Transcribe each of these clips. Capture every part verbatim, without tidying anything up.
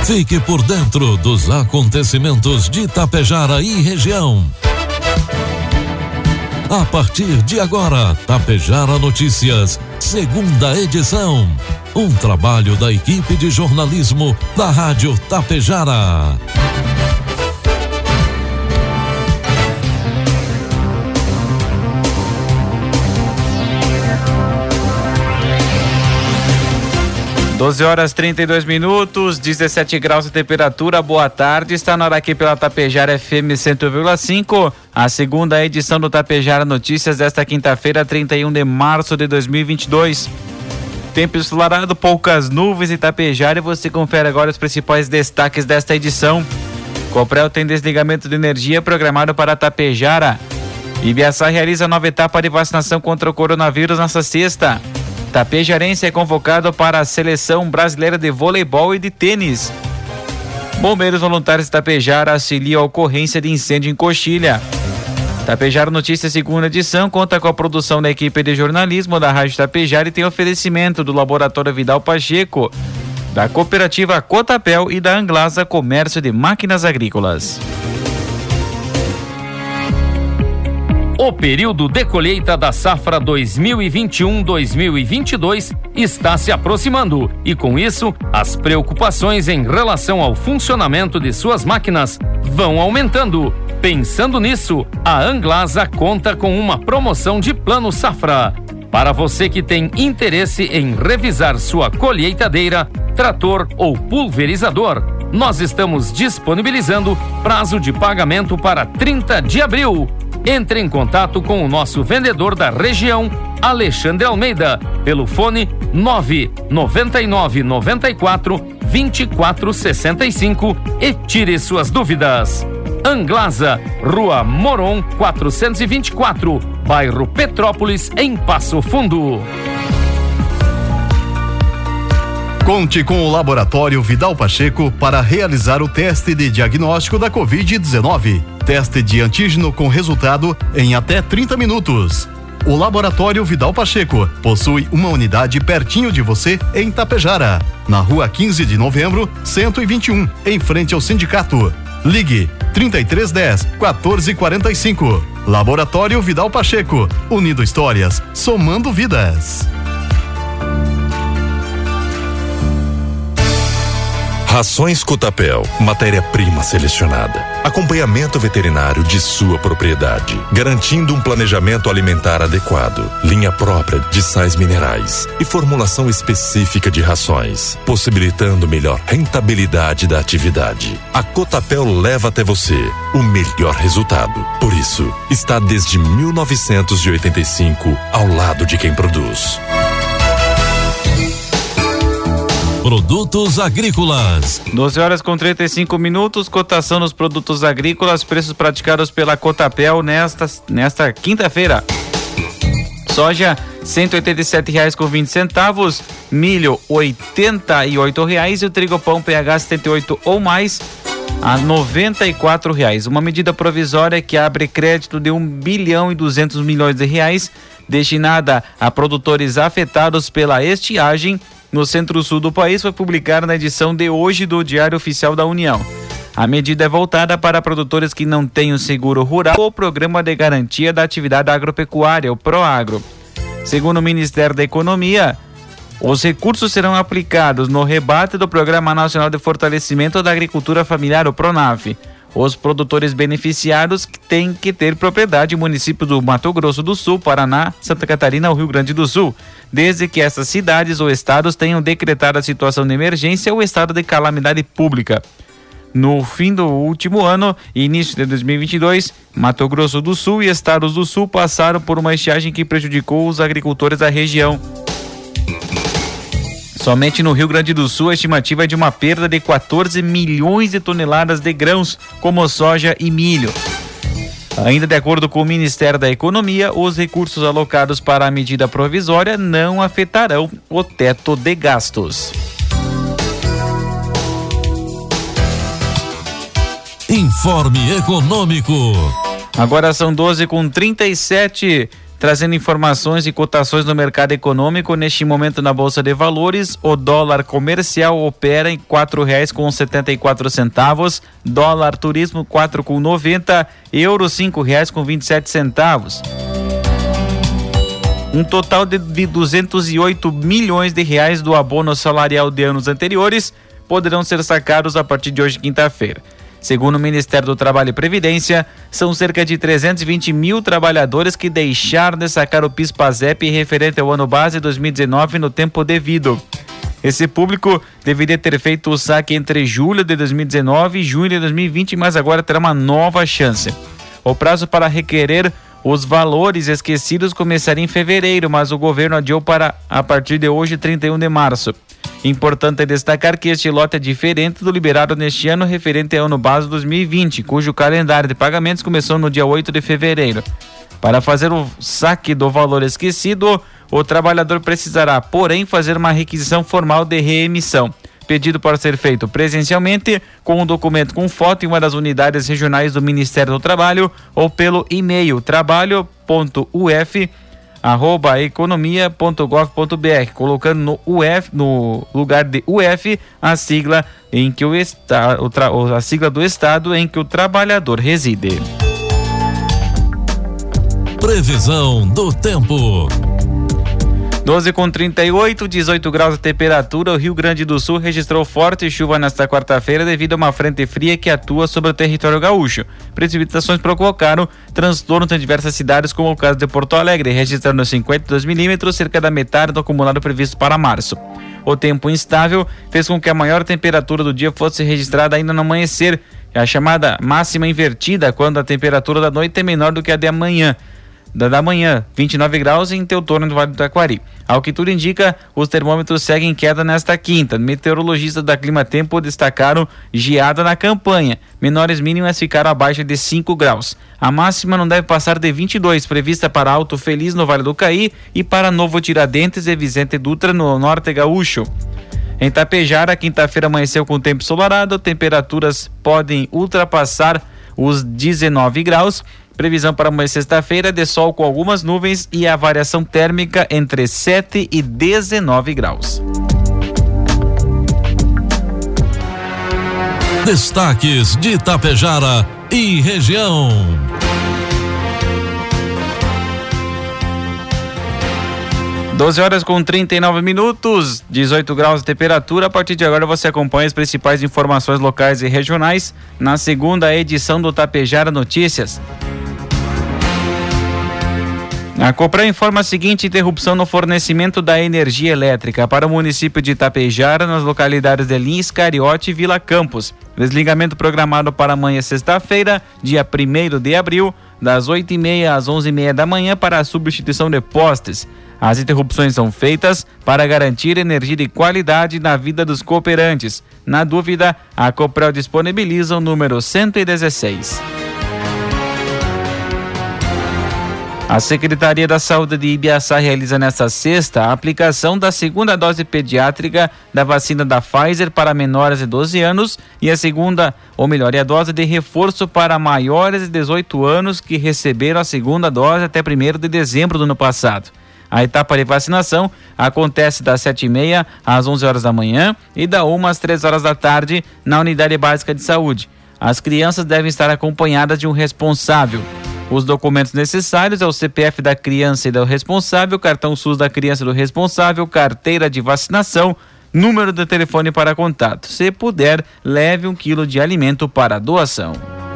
Fique por dentro dos acontecimentos de Tapejara e região. A partir de agora, Tapejara Notícias, segunda edição. Um trabalho da equipe de jornalismo da Rádio Tapejara. doze horas trinta e dois minutos, dezessete graus de temperatura, boa tarde, está na hora aqui pela Tapejara F M cento um vírgula cinco, a segunda edição do Tapejara Notícias desta quinta-feira, trinta e um de março de dois mil e vinte e dois. Tempo ensolarado, poucas nuvens em Tapejara, e você confere agora os principais destaques desta edição. Coprel tem desligamento de energia programado para Tapejara. Ibiaçá realiza nova etapa de vacinação contra o coronavírus nesta sexta. Tapejarense é convocado para a seleção brasileira de voleibol e de tênis. Bombeiros voluntários de Tapejara auxiliam a ocorrência de incêndio em Coxilha. Tapejara Notícias, segunda edição, conta com a produção da equipe de jornalismo da Rádio Tapejara e tem oferecimento do Laboratório Vidal Pacheco, da Cooperativa Cotapel e da Anglasa Comércio de Máquinas Agrícolas. O período de colheita da safra dois mil e vinte e um, dois mil e vinte e dois está se aproximando e, com isso, as preocupações em relação ao funcionamento de suas máquinas vão aumentando. Pensando nisso, a Anglasa conta com uma promoção de plano safra. Para você que tem interesse em revisar sua colheitadeira, trator ou pulverizador, nós estamos disponibilizando prazo de pagamento para trinta de abril. Entre em contato com o nosso vendedor da região, Alexandre Almeida, pelo fone nove nove nove nove quatro, vinte e quatro sessenta e cinco e tire suas dúvidas. Anglasa, Rua Moron quatrocentos e vinte e quatro, bairro Petrópolis, em Passo Fundo. Conte com o Laboratório Vidal Pacheco para realizar o teste de diagnóstico da covid dezenove. Teste de antígeno com resultado em até trinta minutos. O Laboratório Vidal Pacheco possui uma unidade pertinho de você em Tapejara, na Rua quinze de novembro, cento e vinte e um, em frente ao sindicato. Ligue trinta e três dez, quatorze quarenta e cinco. Laboratório Vidal Pacheco, unindo histórias, somando vidas. Rações Cotapel, matéria-prima selecionada. Acompanhamento veterinário de sua propriedade, garantindo um planejamento alimentar adequado, linha própria de sais minerais e formulação específica de rações, possibilitando melhor rentabilidade da atividade. A Cotapel leva até você o melhor resultado. Por isso, está desde mil novecentos e oitenta e cinco ao lado de quem produz. Produtos agrícolas. doze horas com trinta e cinco minutos, cotação dos produtos agrícolas, preços praticados pela Cotapel nesta, nesta quinta-feira. Soja, cento e oitenta e sete reais com vinte centavos, milho, oitenta e oito reais e o trigo pão P H setenta e oito ou mais a noventa e quatro reais. Uma medida provisória que abre crédito de um bilhão e duzentos milhões de reais destinada a produtores afetados pela estiagem no centro-sul do país foi publicada na edição de hoje do Diário Oficial da União. A medida é voltada para produtores que não têm o seguro rural ou Programa de Garantia da Atividade Agropecuária, o PROAGRO. Segundo o Ministério da Economia, os recursos serão aplicados no rebate do Programa Nacional de Fortalecimento da Agricultura Familiar, o PRONAF. Os produtores beneficiados têm que ter propriedade em municípios do Mato Grosso do Sul, Paraná, Santa Catarina ou Rio Grande do Sul, desde que essas cidades ou estados tenham decretado a situação de emergência ou estado de calamidade pública. No fim do último ano e início de dois mil e vinte e dois, Mato Grosso do Sul e estados do Sul passaram por uma estiagem que prejudicou os agricultores da região. Somente no Rio Grande do Sul, a estimativa é de uma perda de quatorze milhões de toneladas de grãos, como soja e milho. Ainda de acordo com o Ministério da Economia, os recursos alocados para a medida provisória não afetarão o teto de gastos. Informe Econômico. Agora são doze com trinta e sete. trazendo informações e cotações no mercado econômico. Neste momento na Bolsa de Valores, o dólar comercial opera em quatro reais com setenta e quatro centavos, dólar turismo quatro com noventa, euro cinco reais com vinte e sete centavos. Um total de, de duzentos e oito milhões de reais do abono salarial de anos anteriores poderão ser sacados a partir de hoje, quinta-feira. Segundo o Ministério do Trabalho e Previdência, são cerca de trezentos e vinte mil trabalhadores que deixaram de sacar o PIS/PASEP referente ao ano base dois mil e dezenove no tempo devido. Esse público deveria ter feito o saque entre julho de dois mil e dezenove e junho de dois mil e vinte, mas agora terá uma nova chance. O prazo para requerer os valores esquecidos começaria em fevereiro, mas o governo adiou para a partir de hoje, trinta e um de março. Importante destacar que este lote é diferente do liberado neste ano referente ao ano base dois mil e vinte, cujo calendário de pagamentos começou no dia oito de fevereiro. Para fazer o saque do valor esquecido, o trabalhador precisará, porém, fazer uma requisição formal de reemissão. Pedido para ser feito presencialmente, com um documento com foto em uma das unidades regionais do Ministério do Trabalho ou pelo e-mail trabalho ponto u f arroba economia ponto gov ponto b r, colocando no U F, no lugar de U F, a sigla em que o está, o tra, a sigla do estado em que o trabalhador reside. Previsão do tempo. doze com trinta e oito, dezoito graus de temperatura. O Rio Grande do Sul registrou forte chuva nesta quarta-feira devido a uma frente fria que atua sobre o território gaúcho. Precipitações provocaram transtornos em diversas cidades, como o caso de Porto Alegre, registrando cinquenta e dois milímetros, cerca da metade do acumulado previsto para março. O tempo instável fez com que a maior temperatura do dia fosse registrada ainda no amanhecer, a chamada máxima invertida, quando a temperatura da noite é menor do que a de amanhã. Da, da manhã, vinte e nove graus em Teutônio, no Vale do Taquari. Ao que tudo indica, os termômetros seguem em queda nesta quinta. Meteorologistas da Clima Tempo destacaram geada na campanha. Menores mínimas ficaram abaixo de cinco graus. A máxima não deve passar de vinte e dois, prevista para Alto Feliz, no Vale do Caí, e para Novo Tiradentes e Vicente Dutra, no Norte Gaúcho. Em Tapejara, quinta-feira amanheceu com tempo ensolarado. Temperaturas podem ultrapassar os dezenove graus. Previsão para amanhã, sexta-feira, de sol com algumas nuvens e a variação térmica entre sete e dezenove graus. Destaques de Itapejara e região. doze horas com trinta e nove minutos, dezoito graus de temperatura. A partir de agora você acompanha as principais informações locais e regionais na segunda edição do Tapejara Notícias. A Copran informa a seguinte interrupção no fornecimento da energia elétrica para o município de Itapejara, nas localidades de Lins, Cariote e Vila Campos. Desligamento programado para amanhã, sexta-feira, dia primeiro de abril, das oito e meia às onze e meia da manhã, para a substituição de postes. As interrupções são feitas para garantir energia de qualidade na vida dos cooperantes. Na dúvida, a Copran disponibiliza o número cento e dezesseis. A Secretaria da Saúde de Ibiaçá realiza nesta sexta a aplicação da segunda dose pediátrica da vacina da Pfizer para menores de doze anos e a segunda, ou melhor, a dose de reforço para maiores de dezoito anos que receberam a segunda dose até primeiro de dezembro do ano passado. A etapa de vacinação acontece das sete e meia às onze horas da manhã e da uma às três horas da tarde na Unidade Básica de Saúde. As crianças devem estar acompanhadas de um responsável. Os documentos necessários é o C P F da criança e do responsável, cartão SUS da criança e do responsável, carteira de vacinação, número de telefone para contato. Se puder, leve um quilo de alimento para doação.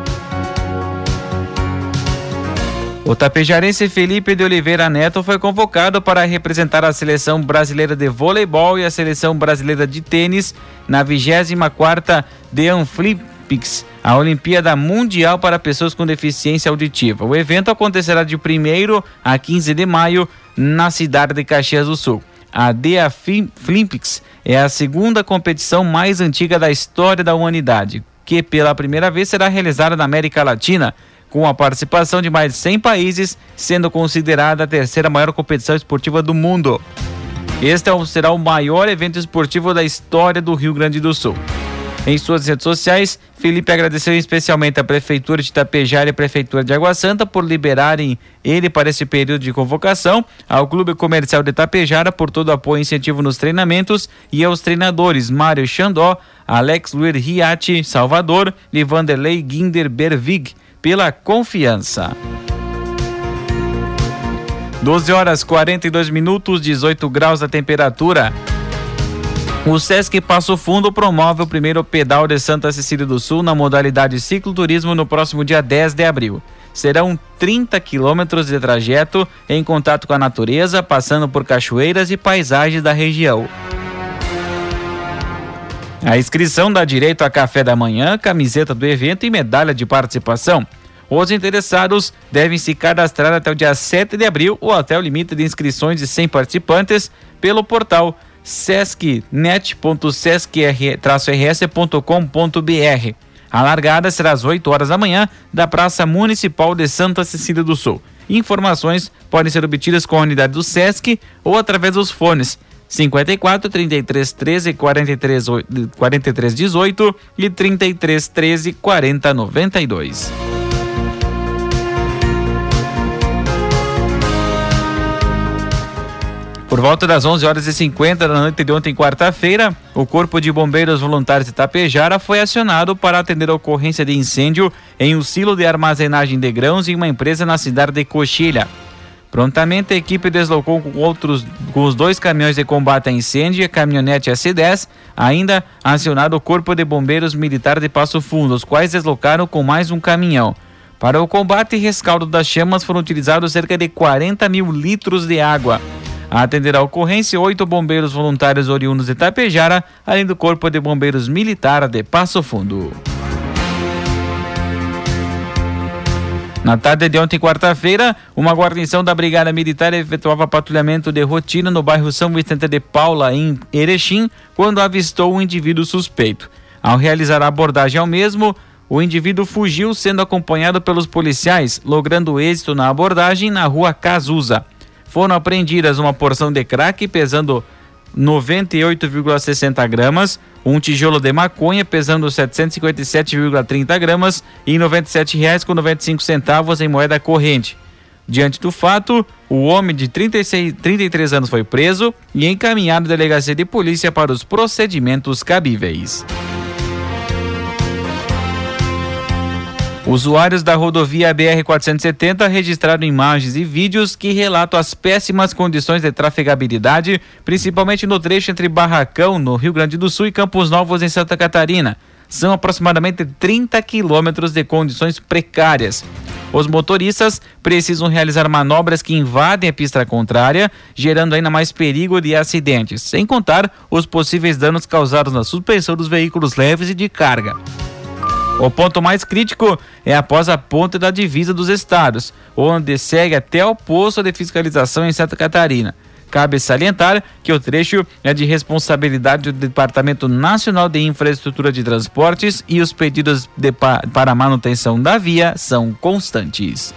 O tapejarense Felipe de Oliveira Neto foi convocado para representar a seleção brasileira de voleibol e a seleção brasileira de tênis na vigésima quarta de Anflipix, a Olimpíada Mundial para Pessoas com Deficiência Auditiva. O evento acontecerá de primeiro a quinze de maio na cidade de Caxias do Sul. A Deaflympics é a segunda competição mais antiga da história da humanidade, que pela primeira vez será realizada na América Latina, com a participação de mais de cem países, sendo considerada a terceira maior competição esportiva do mundo. Este será o maior evento esportivo da história do Rio Grande do Sul. Em suas redes sociais, Felipe agradeceu especialmente a Prefeitura de Itapejara e a Prefeitura de Água Santa por liberarem ele para esse período de convocação, ao Clube Comercial de Itapejara por todo o apoio e incentivo nos treinamentos e aos treinadores Mário Xandó, Alex Luir Riati Salvador e Vanderlei Guinder Bervig pela confiança. doze horas quarenta e dois minutos, dezoito graus a temperatura. O Sesc Passo Fundo promove o primeiro pedal de Santa Cecília do Sul na modalidade cicloturismo no próximo dia dez de abril. Serão trinta quilômetros de trajeto em contato com a natureza, passando por cachoeiras e paisagens da região. A inscrição dá direito a café da manhã, camiseta do evento e medalha de participação. Os interessados devem se cadastrar até o dia sete de abril ou até o limite de inscrições de cem participantes pelo portal sescnet ponto sesc traço r s ponto com ponto b r. A largada será às oito horas da manhã da Praça Municipal de Santa Cecília do Sul. Informações podem ser obtidas com a unidade do Sesc ou através dos fones cinquenta e quatro, trinta e três, treze, quarenta e três, quarenta e três, dezoito e trinta e três, treze, quarenta, noventa e dois. Por volta das onze horas e cinquenta da noite de ontem, quarta-feira, o Corpo de Bombeiros Voluntários de Itapejara foi acionado para atender a ocorrência de incêndio em um silo de armazenagem de grãos em uma empresa na cidade de Coxilha. Prontamente, a equipe deslocou com, outros, com os dois caminhões de combate a incêndio e a caminhonete S dez, ainda acionado o Corpo de Bombeiros Militar de Passo Fundo, os quais deslocaram com mais um caminhão. Para o combate e rescaldo das chamas foram utilizados cerca de quarenta mil litros de água. A atender a ocorrência, oito bombeiros voluntários oriundos de Itapejara, além do Corpo de Bombeiros Militar de Passo Fundo. Na tarde de ontem, quarta-feira, uma guarnição da Brigada Militar efetuava patrulhamento de rotina no bairro São Vicente de Paula, em Erechim, quando avistou um indivíduo suspeito. Ao realizar a abordagem ao mesmo, o indivíduo fugiu, sendo acompanhado pelos policiais, logrando êxito na abordagem na rua Cazuza. Foram apreendidas uma porção de crack pesando noventa e oito vírgula sessenta gramas, um tijolo de maconha pesando setecentos e cinquenta e sete vírgula trinta gramas e noventa e sete reais com noventa e cinco centavos em moeda corrente. Diante do fato, o homem de trinta e seis, trinta e três anos foi preso e encaminhado à delegacia de polícia para os procedimentos cabíveis. Usuários da rodovia B R quatrocentos e setenta registraram imagens e vídeos que relatam as péssimas condições de trafegabilidade, principalmente no trecho entre Barracão, no Rio Grande do Sul, e Campos Novos, em Santa Catarina. São aproximadamente trinta quilômetros de condições precárias. Os motoristas precisam realizar manobras que invadem a pista contrária, gerando ainda mais perigo de acidentes, sem contar os possíveis danos causados na suspensão dos veículos leves e de carga. O ponto mais crítico é após a ponte da divisa dos estados, onde segue até o posto de fiscalização em Santa Catarina. Cabe salientar que o trecho é de responsabilidade do Departamento Nacional de Infraestrutura de Transportes e os pedidos de pa- para manutenção da via são constantes.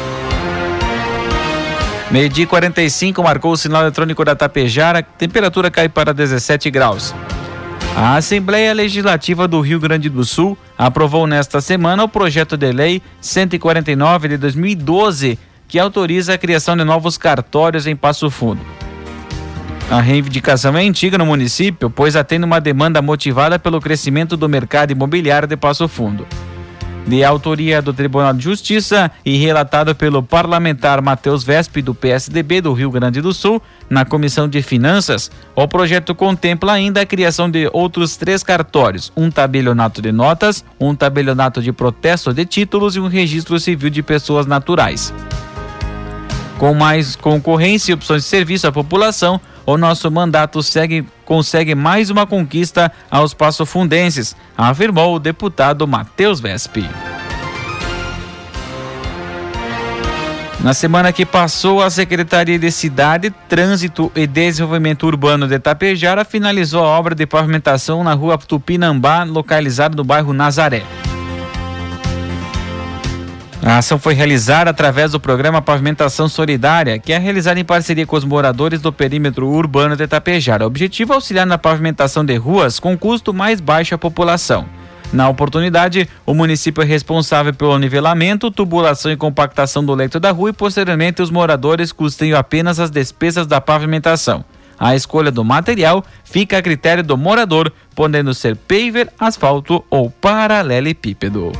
Meio-dia quarenta e cinco marcou o sinal eletrônico da Itapejara, temperatura cai para dezessete graus. A Assembleia Legislativa do Rio Grande do Sul aprovou nesta semana o projeto de lei cento e quarenta e nove de dois mil e doze, que autoriza a criação de novos cartórios em Passo Fundo. A reivindicação é antiga no município, pois atende uma demanda motivada pelo crescimento do mercado imobiliário de Passo Fundo. De autoria do Tribunal de Justiça e relatado pelo parlamentar Matheus Vespe, do P S D B do Rio Grande do Sul, na Comissão de Finanças, o projeto contempla ainda a criação de outros três cartórios, um tabelionato de notas, um tabelionato de protesto de títulos e um registro civil de pessoas naturais. Com mais concorrência e opções de serviço à população, o nosso mandato segue, consegue mais uma conquista aos passofundenses, afirmou o deputado Matheus Vespe. Na semana que passou, a Secretaria de Cidade, Trânsito e Desenvolvimento Urbano de Itapejara finalizou a obra de pavimentação na rua Tupinambá, localizada no bairro Nazaré. A ação foi realizada através do programa Pavimentação Solidária, que é realizada em parceria com os moradores do perímetro urbano de Itapejara. O objetivo é auxiliar na pavimentação de ruas com custo mais baixo à população. Na oportunidade, o município é responsável pelo nivelamento, tubulação e compactação do leito da rua e, posteriormente, os moradores custeiam apenas as despesas da pavimentação. A escolha do material fica a critério do morador, podendo ser paver, asfalto ou paralelepípedo.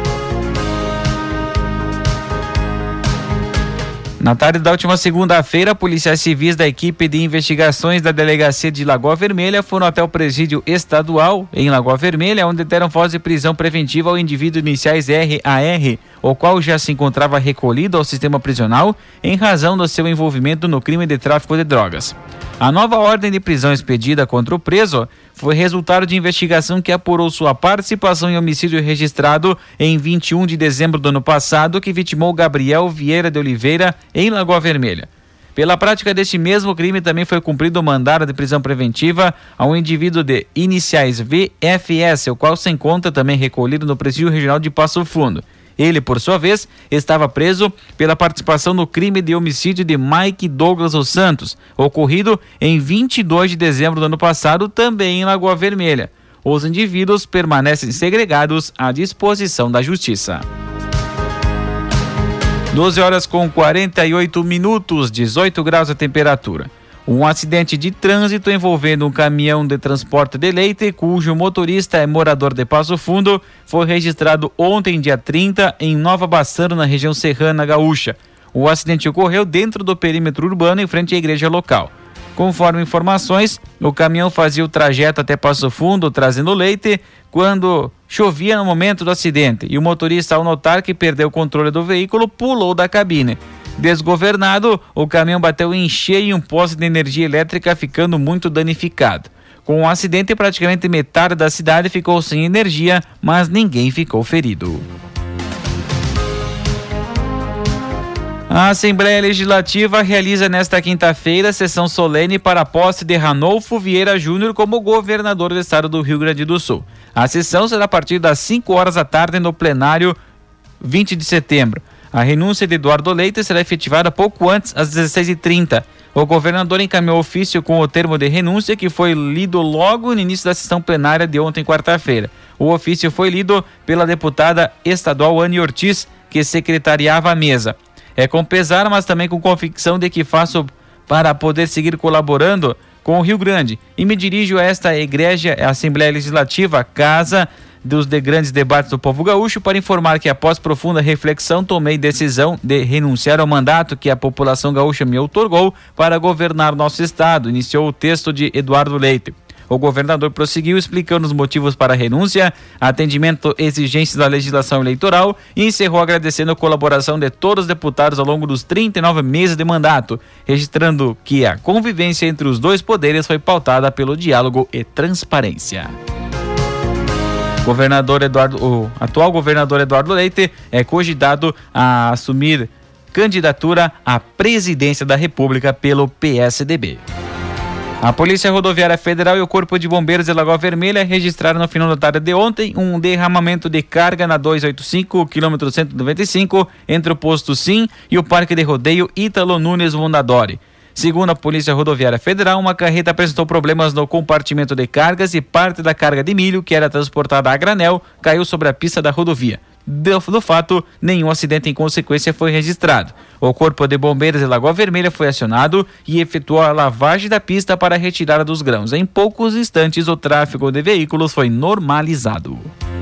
Na tarde da última segunda-feira, policiais civis da equipe de investigações da Delegacia de Lagoa Vermelha foram até o presídio estadual em Lagoa Vermelha, onde deram voz de prisão preventiva ao indivíduo iniciais R A R, o qual já se encontrava recolhido ao sistema prisional em razão do seu envolvimento no crime de tráfico de drogas. A nova ordem de prisão expedida contra o preso foi resultado de investigação que apurou sua participação em homicídio registrado em vinte e um de dezembro do ano passado, que vitimou Gabriel Vieira de Oliveira em Lagoa Vermelha. Pela prática deste mesmo crime, também foi cumprido o mandado de prisão preventiva a um indivíduo de iniciais V F S, o qual se encontra também recolhido no Presídio Regional de Passo Fundo. Ele, por sua vez, estava preso pela participação no crime de homicídio de Mike Douglas dos Santos, ocorrido em vinte e dois de dezembro do ano passado, também em Lagoa Vermelha. Os indivíduos permanecem segregados à disposição da Justiça. doze horas com quarenta e oito minutos, dezoito graus a temperatura. Um acidente de trânsito envolvendo um caminhão de transporte de leite, cujo motorista é morador de Passo Fundo, foi registrado ontem, dia trinta, em Nova Bassano, na região serrana gaúcha. O acidente ocorreu dentro do perímetro urbano, em frente à igreja local. Conforme informações, o caminhão fazia o trajeto até Passo Fundo, trazendo leite, quando chovia no momento do acidente, e o motorista, ao notar que perdeu o controle do veículo, pulou da cabine. Desgovernado, o caminhão bateu em cheio em um poste de energia elétrica, ficando muito danificado. Com o acidente, praticamente metade da cidade ficou sem energia, mas ninguém ficou ferido. A Assembleia Legislativa realiza nesta quinta-feira sessão solene para a posse de Ranolfo Vieira Júnior como governador do estado do Rio Grande do Sul. A sessão será a partir das cinco horas da tarde no plenário vinte de setembro. A renúncia de Eduardo Leite será efetivada pouco antes, às dezesseis e trinta. O governador encaminhou ofício com o termo de renúncia, que foi lido logo no início da sessão plenária de ontem, quarta-feira. O ofício foi lido pela deputada estadual Anne Ortiz, que secretariava a mesa. É com pesar, mas também com convicção de que faço para poder seguir colaborando com o Rio Grande. E me dirijo a esta egrégia, a Assembleia Legislativa, casa dos de grandes debates do povo gaúcho, para informar que, após profunda reflexão, tomei decisão de renunciar ao mandato que a população gaúcha me outorgou para governar nosso estado, iniciou o texto de Eduardo Leite. O governador prosseguiu explicando os motivos para a renúncia, atendimento exigências da legislação eleitoral, e encerrou agradecendo a colaboração de todos os deputados ao longo dos trinta e nove meses de mandato, registrando que a convivência entre os dois poderes foi pautada pelo diálogo e transparência. Governador Eduardo, o atual governador Eduardo Leite é cogitado a assumir candidatura à presidência da República pelo P S D B. A Polícia Rodoviária Federal e o Corpo de Bombeiros de Lagoa Vermelha registraram no final da tarde de ontem um derramamento de carga na duzentos e oitenta e cinco, quilômetro cento e noventa e cinco, entre o posto Sim e o Parque de Rodeio Ítalo Nunes Mondadori. Segundo a Polícia Rodoviária Federal, uma carreta apresentou problemas no compartimento de cargas e parte da carga de milho, que era transportada a granel, caiu sobre a pista da rodovia. Do, do fato, nenhum acidente em consequência foi registrado. O Corpo de Bombeiros de Lagoa Vermelha foi acionado e efetuou a lavagem da pista para a retirada dos grãos. Em poucos instantes, o tráfego de veículos foi normalizado.